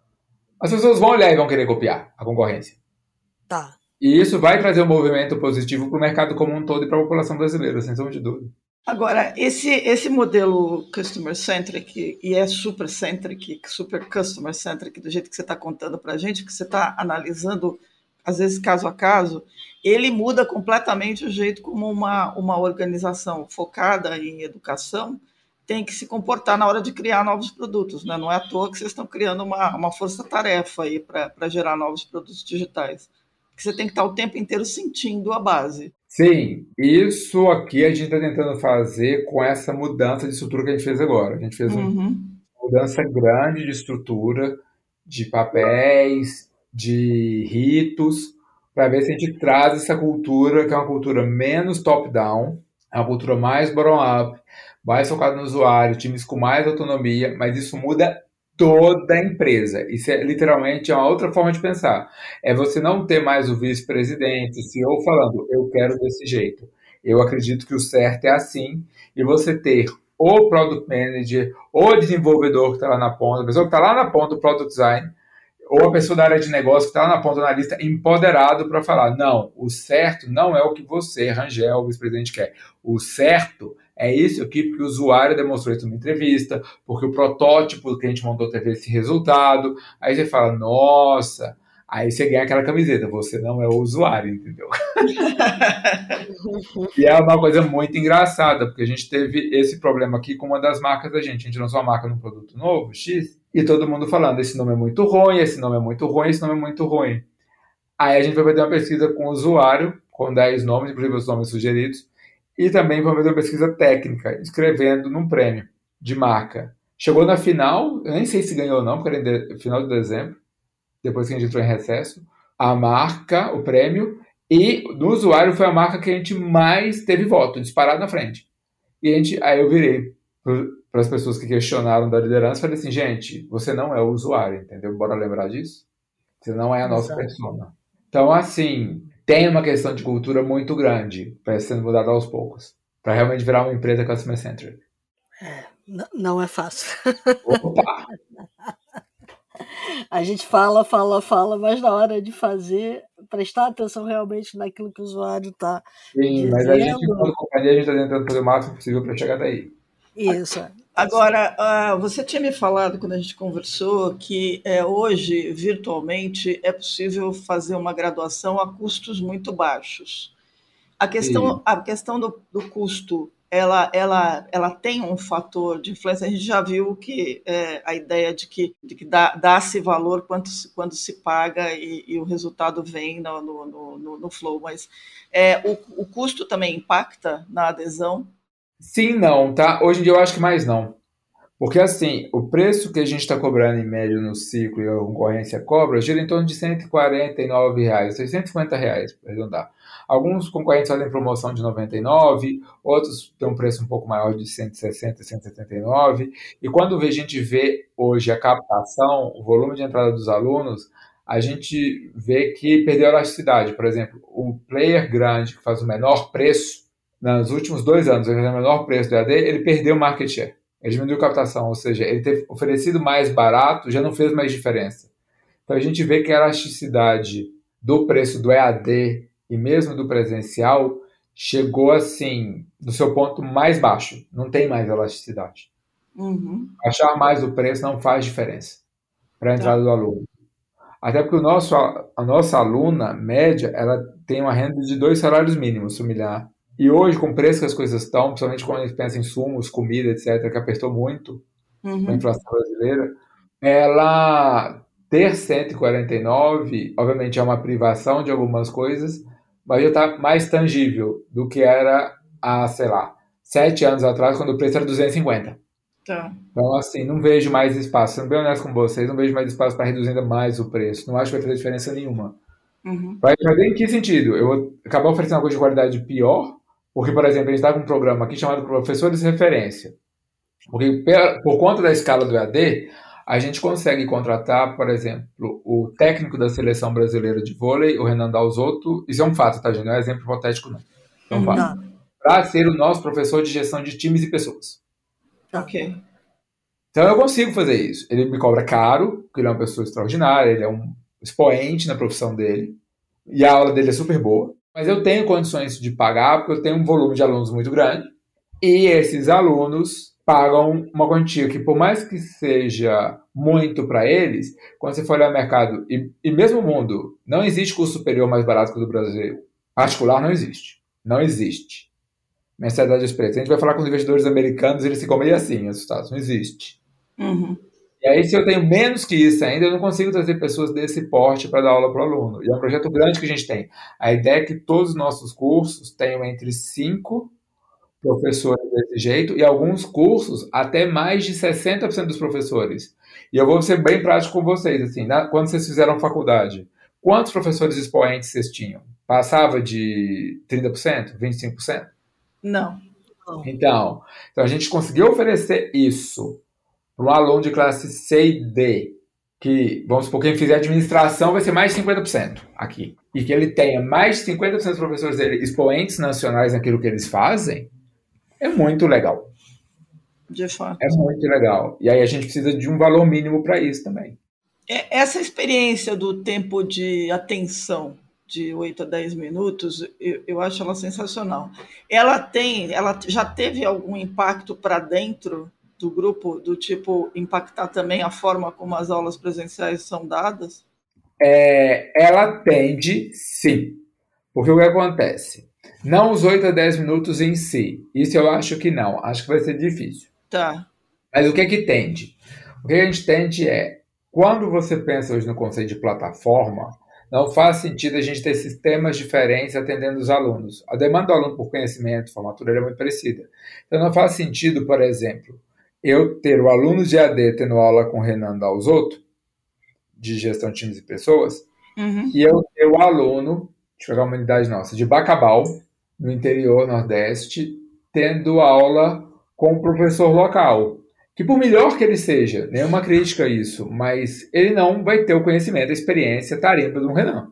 A: as pessoas vão olhar e vão querer copiar a concorrência.
B: Tá.
A: E isso vai trazer um movimento positivo para o mercado como um todo e para a população brasileira, sem sombra de dúvida.
C: Agora, esse modelo customer-centric, e é super-centric, super customer-centric, do jeito que você está contando para a gente, que você está analisando, às vezes, caso a caso, ele muda completamente o jeito como uma organização focada em educação tem que se comportar na hora de criar novos produtos. Né? Não é à toa que vocês estão criando uma força-tarefa aí para gerar novos produtos digitais. Que você tem que estar o tempo inteiro sentindo a base.
A: Sim, isso aqui a gente está tentando fazer com essa mudança de estrutura que a gente fez agora. A gente fez uma
C: Uhum.
A: mudança grande de estrutura, de papéis, de ritos, para ver se a gente traz essa cultura, que é uma cultura menos top-down, é uma cultura mais bottom-up, mais focada no usuário, times com mais autonomia, mas isso muda toda a empresa. Isso é literalmente uma outra forma de pensar. É você não ter mais o vice-presidente, o CEO falando, eu quero desse jeito. Eu acredito que o certo é assim, e você ter o product manager, o desenvolvedor que está lá na ponta, a pessoa que está lá na ponta do product design, ou a pessoa da área de negócio que está lá na ponta da lista, empoderado para falar, não, o certo não é o que você, Rangel, o vice-presidente, quer. O certo é isso aqui, porque o usuário demonstrou isso numa entrevista, porque o protótipo que a gente montou teve esse resultado. Aí você fala, nossa, aí você ganha aquela camiseta, você não é o usuário, entendeu? E é uma coisa muito engraçada, porque a gente teve esse problema aqui com uma das marcas da gente. A gente lançou uma marca num produto novo, X, e todo mundo falando, esse nome é muito ruim, esse nome é muito ruim, esse nome é muito ruim. Aí a gente vai fazer uma pesquisa com o usuário, com 10 nomes, inclusive os nomes sugeridos, e também vamos fazer uma pesquisa técnica, escrevendo num prêmio de marca. Chegou na final, eu nem sei se ganhou ou não, porque era no final de dezembro, depois que a gente entrou em recesso, a marca, o prêmio, e no usuário foi a marca que a gente mais teve voto, disparado na frente. E aí eu virei para as pessoas que questionaram da liderança e falei assim, gente, você não é o usuário, entendeu? Bora lembrar disso? Você não é a nossa
B: Exato.
A: persona. Então, assim, tem uma questão de cultura muito grande para sendo mudada aos poucos, para realmente virar uma empresa customer-centric.
B: Não é fácil.
A: Opa!
B: A gente fala, mas na hora de fazer, prestar atenção realmente naquilo que o usuário está
A: Sim, mas a gente, enquanto
B: dizendo.
A: companhia, a gente está tentando fazer o máximo possível para chegar daí.
B: Isso.
C: Agora, você tinha me falado, quando a gente conversou, que hoje, virtualmente, é possível fazer uma graduação a custos muito baixos. A
A: E,
C: questão do custo, ela tem um fator de influência. A gente já viu que a ideia de que dá-se valor quando se paga e o resultado vem no flow, mas o custo também impacta na adesão?
A: sim, não, tá? Hoje em dia eu acho que mais não. Porque assim, o preço que a gente está cobrando em média no ciclo e a concorrência cobra gira em torno de R$ 149, R$ 650, para arredondar. Alguns concorrentes fazem promoção de 99, outros têm um preço um pouco maior de 160, 179. E quando a gente vê hoje a captação, o volume de entrada dos alunos, a gente vê que perdeu a elasticidade. Por exemplo, o player grande que faz o menor preço, nos últimos 2 anos, ele fez o menor preço do EAD, ele perdeu market share. Ele diminuiu a captação, ou seja, ele ter oferecido mais barato já não fez mais diferença. Então a gente vê que a elasticidade do preço do EAD e mesmo do presencial chegou assim no seu ponto mais baixo. Não tem mais elasticidade.
C: Uhum.
A: Achar mais o preço não faz diferença para a
C: Tá.
A: entrada do aluno. Até porque a nossa aluna média ela tem uma renda de 2 salários mínimos familiar. E hoje, com o preço que as coisas estão, principalmente quando a gente pensa em insumos, comida, etc., que apertou muito com a inflação brasileira, ela ter 149, obviamente é uma privação de algumas coisas, mas já está mais tangível do que era há, sei lá, 7 anos atrás, quando o preço era 250.
C: Tá.
A: Então, assim, não vejo mais espaço, sendo bem honesto com vocês, não vejo mais espaço para reduzir ainda mais o preço. Não acho que vai fazer diferença nenhuma. Vai fazer em que sentido? Eu vou acabar oferecendo uma coisa de qualidade pior, porque, por exemplo, a gente está com um programa aqui chamado Professores de Referência. Porque, por conta da escala do EAD, a gente consegue contratar, por exemplo, o técnico da seleção brasileira de vôlei, o Renan Dalzotto, isso é um fato, tá, gente? Não é exemplo hipotético, não. É um fato. Para ser o nosso professor de gestão de times e pessoas.
C: Ok.
A: Então eu consigo fazer isso. Ele me cobra caro, porque ele é uma pessoa extraordinária, ele é um expoente na profissão dele, e a aula dele é super boa. Mas eu tenho condições de pagar, porque eu tenho um volume de alunos muito grande, e esses alunos pagam uma quantia que, por mais que seja muito para eles, quando você for olhar o mercado, e mesmo o mundo, não existe curso superior mais barato que o do Brasil. Particular não existe. Não existe. Mensalidade dos preços. A gente vai falar com os investidores americanos, eles ficam meio assim, assustados. Não existe. E aí, se eu tenho menos que isso ainda, eu não consigo trazer pessoas desse porte para dar aula para o aluno. E é um projeto grande que a gente tem. A ideia é que todos os nossos cursos tenham entre 5 professores desse jeito, e alguns cursos até mais de 60% dos professores. E eu vou ser bem prático com vocês, assim, quando vocês fizeram faculdade, quantos professores expoentes vocês tinham? Passava de 30%, 25%?
C: Não.
A: Então a gente conseguiu oferecer isso para um aluno de classe C e D, que, vamos supor, quem fizer administração vai ser mais de 50% aqui, e que ele tenha mais de 50% dos professores dele expoentes nacionais naquilo que eles fazem, é muito legal.
C: De fato.
A: É muito legal. E aí a gente precisa de um valor mínimo para isso também.
C: Essa experiência do tempo de atenção de 8 a 10 minutos, eu acho ela sensacional. Ela já teve algum impacto para dentro do grupo, do tipo impactar também a forma como as aulas presenciais são dadas?
A: Ela tende, sim. Porque o que acontece? Não os 8 a 10 minutos em si. Isso eu acho que não. Acho que vai ser difícil.
C: Tá.
A: Mas o que é que tende? O que a gente tende quando você pensa hoje no conceito de plataforma, não faz sentido a gente ter sistemas diferentes atendendo os alunos. A demanda do aluno por conhecimento, formatura, é muito parecida. Então não faz sentido, por exemplo, eu ter o aluno de AD tendo aula com o Renan Dalzotto, de gestão de times e pessoas, e eu ter o aluno, deixa eu pegar uma unidade nossa, de Bacabal, no interior nordeste, tendo aula com o professor local. Que por melhor que ele seja, nenhuma crítica a isso, mas ele não vai ter o conhecimento, a experiência, a tarimba do Renan.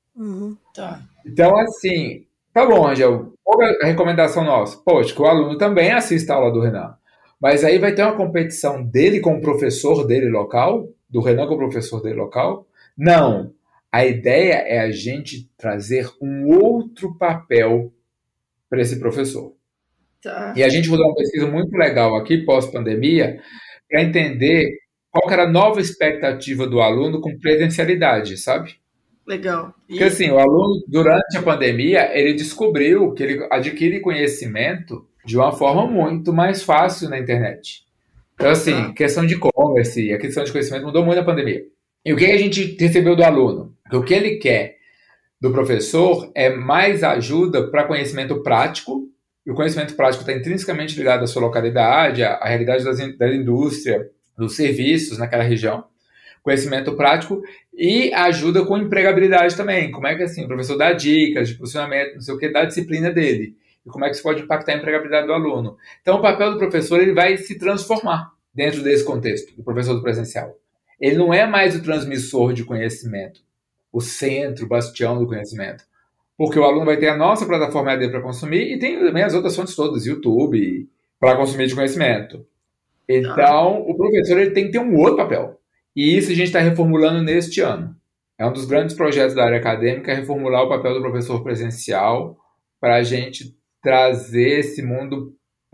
C: Tá.
A: Então, assim, tá bom, Angel, qual é a recomendação nossa? Poxa, que o aluno também assista a aula do Renan. Mas aí vai ter uma competição dele com o professor dele local, do Renan com o professor dele local? Não. A ideia é a gente trazer um outro papel para esse professor.
C: Tá.
A: E a gente rodou uma pesquisa muito legal aqui, pós-pandemia, para entender qual era a nova expectativa do aluno com presencialidade, sabe?
C: Legal.
A: Porque assim, o aluno, durante a pandemia, ele descobriu que ele adquire conhecimento de uma forma muito mais fácil na internet. Então, assim, questão de e-commerce, a questão de conhecimento mudou muito na pandemia. E o que a gente recebeu do aluno? O que ele quer do professor é mais ajuda para conhecimento prático, e o conhecimento prático está intrinsecamente ligado à sua localidade, à realidade da indústria, dos serviços naquela região. Conhecimento prático e ajuda com empregabilidade também. Como é que assim, o professor dá dicas de posicionamento, não sei o que, da disciplina dele. E como é que isso pode impactar a empregabilidade do aluno. Então, o papel do professor ele vai se transformar dentro desse contexto, do professor do presencial. Ele não é mais o transmissor de conhecimento, o centro, o bastião do conhecimento. Porque o aluno vai ter a nossa plataforma EAD para consumir e tem também as outras fontes todas, YouTube, para consumir de conhecimento. Então, o professor ele tem que ter um outro papel. E isso a gente está reformulando neste ano. É um dos grandes projetos da área acadêmica, reformular o papel do professor presencial para a gente trazer esse mundo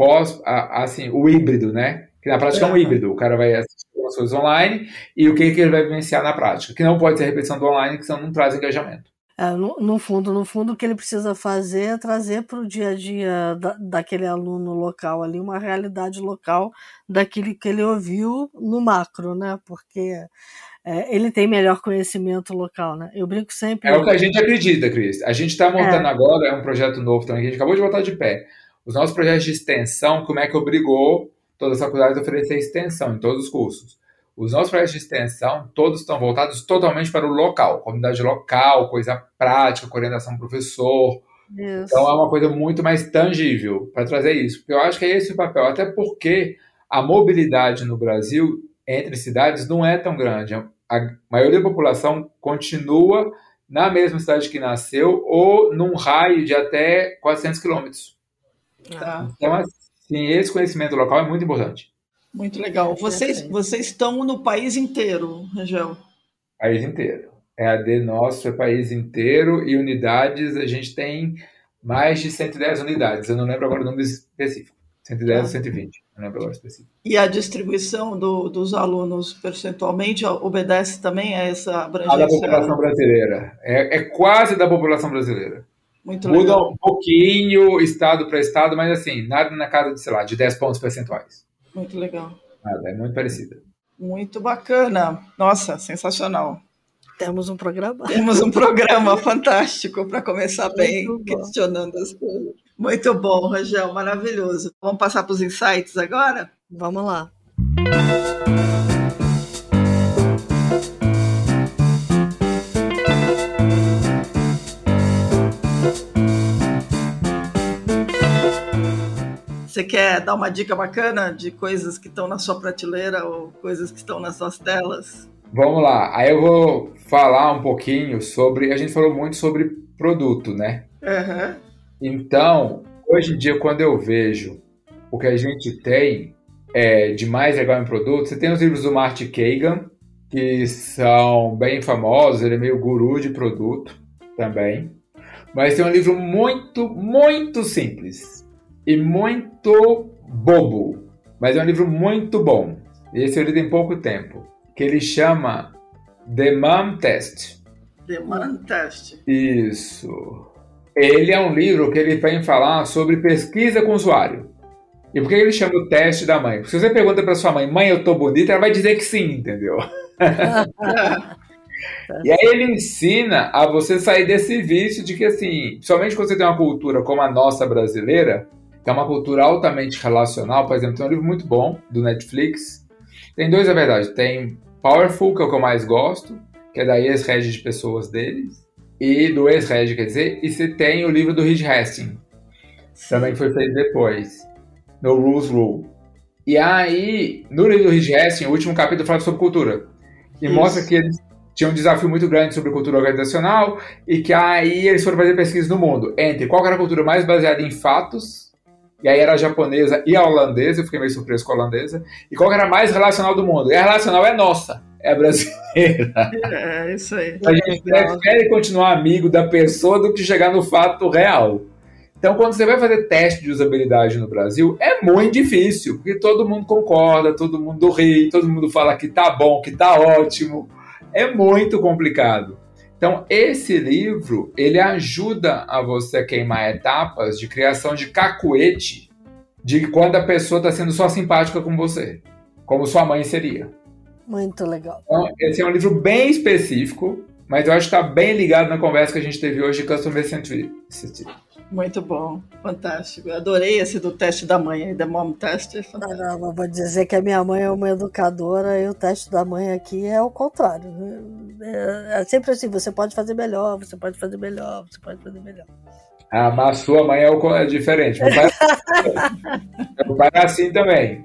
A: assim, o híbrido, né? Que na prática é um híbrido. O cara vai assistir algumas coisas online e o que ele vai vivenciar na prática. Que não pode ser a repetição do online, que senão não traz engajamento.
B: No fundo, o que ele precisa fazer é trazer para o dia a dia daquele aluno local ali uma realidade local daquilo que ele ouviu no macro, né? Porque ele tem melhor conhecimento local, né? Eu brinco sempre...
A: É o que a gente acredita, Cris. A gente está montando agora, um projeto novo também, que a gente acabou de botar de pé. Os nossos projetos de extensão, como é que obrigou todas as faculdades a oferecer extensão em todos os cursos. Os nossos projetos de extensão, todos estão voltados totalmente para o local, comunidade local, coisa prática, com orientação do professor. Isso. Então é uma coisa muito mais tangível para trazer isso. Porque eu acho que é esse o papel, até porque a mobilidade no Brasil entre cidades não é tão grande. A maioria da população continua na mesma cidade que nasceu ou num raio de até 400 quilômetros.
C: Tá.
A: Então, assim, esse conhecimento local é muito importante.
C: Muito legal. Vocês estão no país inteiro, Rangel?
A: País inteiro. EAD nosso é país inteiro e unidades, a gente tem mais de 110 unidades. Eu não lembro agora o número específico. 110 ou 120, não lembro agora específico.
C: E a distribuição dos alunos percentualmente obedece também a essa abrangência?
A: A da população brasileira. É quase da população brasileira.
C: Muito
A: Muda
C: legal.
A: um pouquinho estado para estado, mas assim, nada na casa de, sei lá, de 10 pontos percentuais.
C: Muito legal.
A: Nada, é muito parecida.
C: Muito bacana. Nossa, sensacional.
B: Temos um programa.
C: Temos um programa fantástico para começar bem, questionando as coisas. Muito bom, Rangel, maravilhoso. Vamos passar para os insights agora?
B: Vamos lá.
C: Você quer dar uma dica bacana de coisas que estão na sua prateleira ou coisas que estão nas suas telas?
A: Vamos lá. Aí eu vou falar um pouquinho sobre... A gente falou muito sobre produto, né?
C: Uhum.
A: Então, hoje em dia, quando eu vejo o que a gente tem de mais legal em produto, você tem os livros do Marty Kagan, que são bem famosos, ele é meio guru de produto também. Mas tem um livro muito, muito simples e muito bobo, mas é um livro muito bom. Esse eu li tem pouco tempo, que ele chama The Mom Test.
C: The Mom Test.
A: Isso. Ele é um livro que ele vem falar sobre pesquisa com o usuário. E por que ele chama o teste da mãe? Porque se você pergunta para sua mãe, mãe, eu tô bonita, ela vai dizer que sim, entendeu? E aí ele ensina a você sair desse vício de que, assim, principalmente quando você tem uma cultura como a nossa brasileira, que é uma cultura altamente relacional, por exemplo, tem um livro muito bom do Netflix. Tem dois, na verdade. Tem Powerful, que é o que eu mais gosto, que é da ex-rede de pessoas deles, e do ex-rede, quer dizer, e você tem o livro do Reed Hastings, também foi feito depois, no Rules Rule. E aí, no livro do Reed Hastings, o último capítulo fala sobre cultura, e mostra que eles tinham um desafio muito grande sobre cultura organizacional, e que aí eles foram fazer pesquisa no mundo, entre qual era a cultura mais baseada em fatos, e aí era a japonesa e a holandesa, eu fiquei meio surpreso com a holandesa, e qual era a mais relacional do mundo? E a relacional é nossa, é a brasileira.
C: É, isso aí.
A: A gente prefere continuar amigo da pessoa do que chegar no fato real. Então, quando você vai fazer teste de usabilidade no Brasil, é muito difícil, porque todo mundo concorda, todo mundo ri, todo mundo fala que tá bom, que tá ótimo. É muito complicado. Então, esse livro, ele ajuda a você queimar etapas de criação de cacuete de quando a pessoa está sendo só simpática com você, como sua mãe seria.
B: Muito legal.
A: Então, esse é um livro bem específico, mas eu acho que está bem ligado na conversa que a gente teve hoje de Customer Centricity.
C: Muito bom, fantástico. Eu adorei esse do teste da mãe, The Mom Test.
B: Não, vou dizer que a minha mãe é uma educadora e o teste da mãe aqui é o contrário. É sempre assim, você pode fazer melhor, você pode fazer melhor, você pode fazer melhor.
A: Ah, mas sua mãe é diferente. Meu pai é assim também,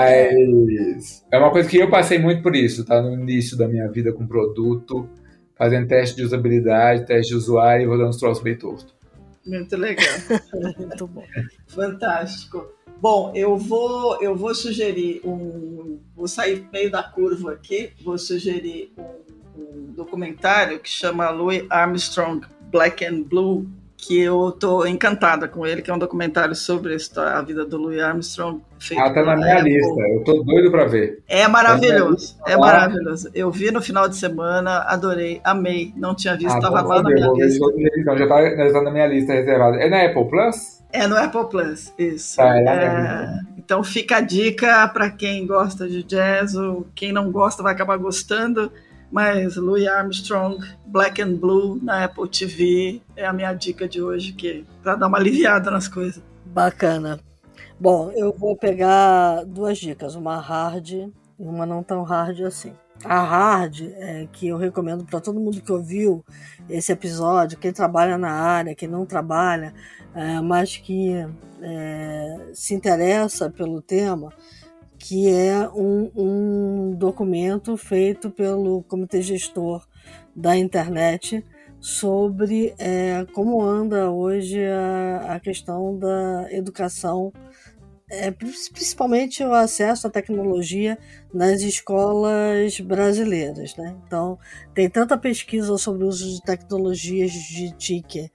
A: mas é uma coisa que eu passei muito por isso, tá? No início da minha vida com produto, fazendo teste de usabilidade, teste de usuário e vou dando os troços bem torto.
C: Muito legal.
B: Muito bom.
C: Fantástico. Bom, eu vou sugerir vou sair meio da curva aqui, vou sugerir um documentário que chama Louis Armstrong Black and Blue, que eu tô encantada com ele, que é um documentário sobre a vida do Louis Armstrong.
A: Tá na minha lista, eu tô doido para ver.
C: É maravilhoso, maravilhoso. Eu vi no final de semana, adorei, amei, não tinha visto, estava lá na minha lista.
A: Então, já tá na minha lista reservada. É na Apple Plus?
C: É no Apple Plus, isso. Então fica a dica para quem gosta de jazz, ou quem não gosta vai acabar gostando, mas Louis Armstrong, Black and Blue, na Apple TV, é a minha dica de hoje, para dar uma aliviada nas coisas.
B: Bacana. Bom, eu vou pegar 2 dicas, uma hard e uma não tão hard assim. A hard é que eu recomendo para todo mundo que ouviu esse episódio, quem trabalha na área, quem não trabalha, mas que se interessa pelo tema, que é um documento feito pelo Comitê Gestor da Internet sobre como anda hoje a questão da educação, principalmente o acesso à tecnologia nas escolas brasileiras, né? Então, tem tanta pesquisa sobre o uso de tecnologias de TIC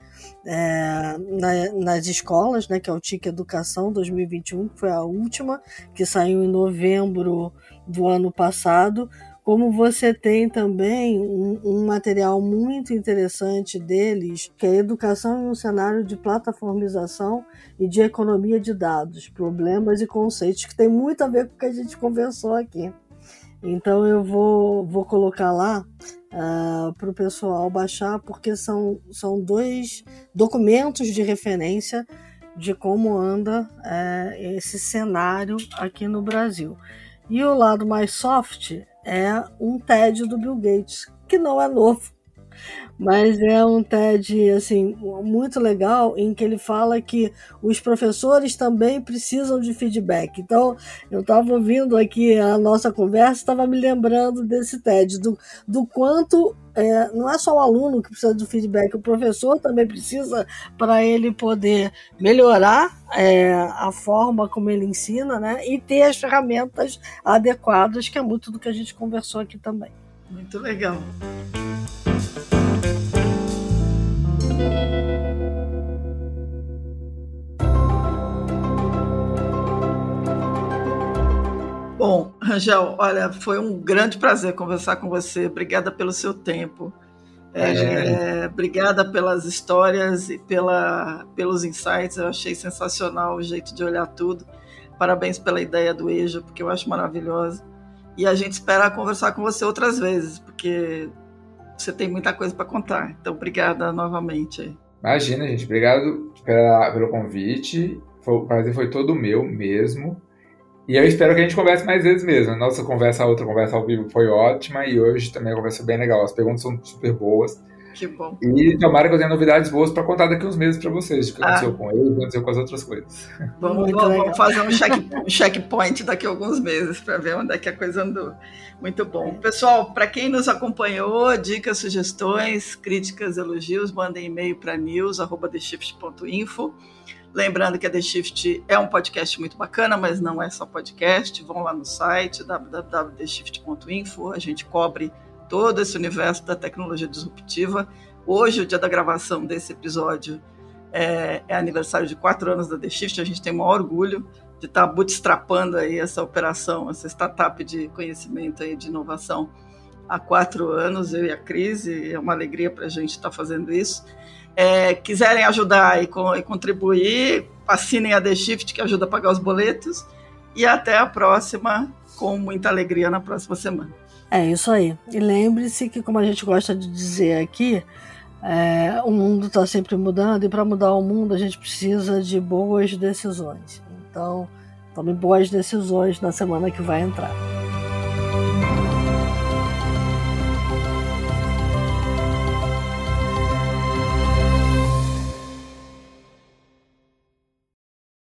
B: nas escolas, né, que é o TIC Educação 2021, que foi a última, que saiu em novembro do ano passado, como você tem também um material muito interessante deles, que é Educação em um cenário de plataformização e de economia de dados, problemas e conceitos, que tem muito a ver com o que a gente conversou aqui. Então eu vou colocar lá para o pessoal baixar, porque são 2 documentos de referência de como anda esse cenário aqui no Brasil. E o lado mais soft é um TED do Bill Gates, que não é novo, mas é um TED assim, muito legal, em que ele fala que os professores também precisam de feedback. Então, eu estava ouvindo aqui a nossa conversa, estava me lembrando desse TED, do quanto não é só o aluno que precisa de feedback, o professor também precisa, para ele poder melhorar a forma como ele ensina, né? E ter as ferramentas adequadas, que é muito do que a gente conversou aqui também.
C: Muito legal. Bom, Rangel, olha, foi um grande prazer conversar com você. Obrigada pelo seu tempo. Obrigada pelas histórias e pelos insights. Eu achei sensacional o jeito de olhar tudo. Parabéns pela ideia do EJA, porque eu acho maravilhosa. E a gente espera conversar com você outras vezes, porque você tem muita coisa para contar. Então, obrigada novamente.
A: Imagina, gente. Obrigado pelo convite. O prazer foi todo meu mesmo. E eu espero que a gente converse mais vezes mesmo. A outra conversa ao vivo foi ótima, e hoje também a conversa foi bem legal. As perguntas são super boas.
C: Que bom.
A: E tomara que eu tenha novidades boas para contar daqui uns meses para vocês, de que aconteceu com ele, aconteceu com as outras coisas.
C: Vamos fazer um checkpoint daqui a alguns meses para ver onde é que a coisa andou. Muito bom. Pessoal, para quem nos acompanhou, dicas, sugestões, críticas, elogios, mandem e-mail para news@theshift.info. Lembrando que a The Shift é um podcast muito bacana, mas não é só podcast. Vão lá no site www.theshift.info. A gente cobre todo esse universo da tecnologia disruptiva. Hoje, o dia da gravação desse episódio, é aniversário de 4 anos da The Shift. A gente tem o maior orgulho de estar bootstrapando aí essa operação, essa startup de conhecimento e de inovação há 4 anos, eu e a Cris, e é uma alegria para a gente estar fazendo isso. Quiserem ajudar e contribuir, assinem a The Shift, que ajuda a pagar os boletos, e até a próxima, com muita alegria na próxima semana.
B: É isso aí. E lembre-se que, como a gente gosta de dizer aqui, o mundo está sempre mudando, e para mudar o mundo a gente precisa de boas decisões. Então, tome boas decisões na semana que vai entrar.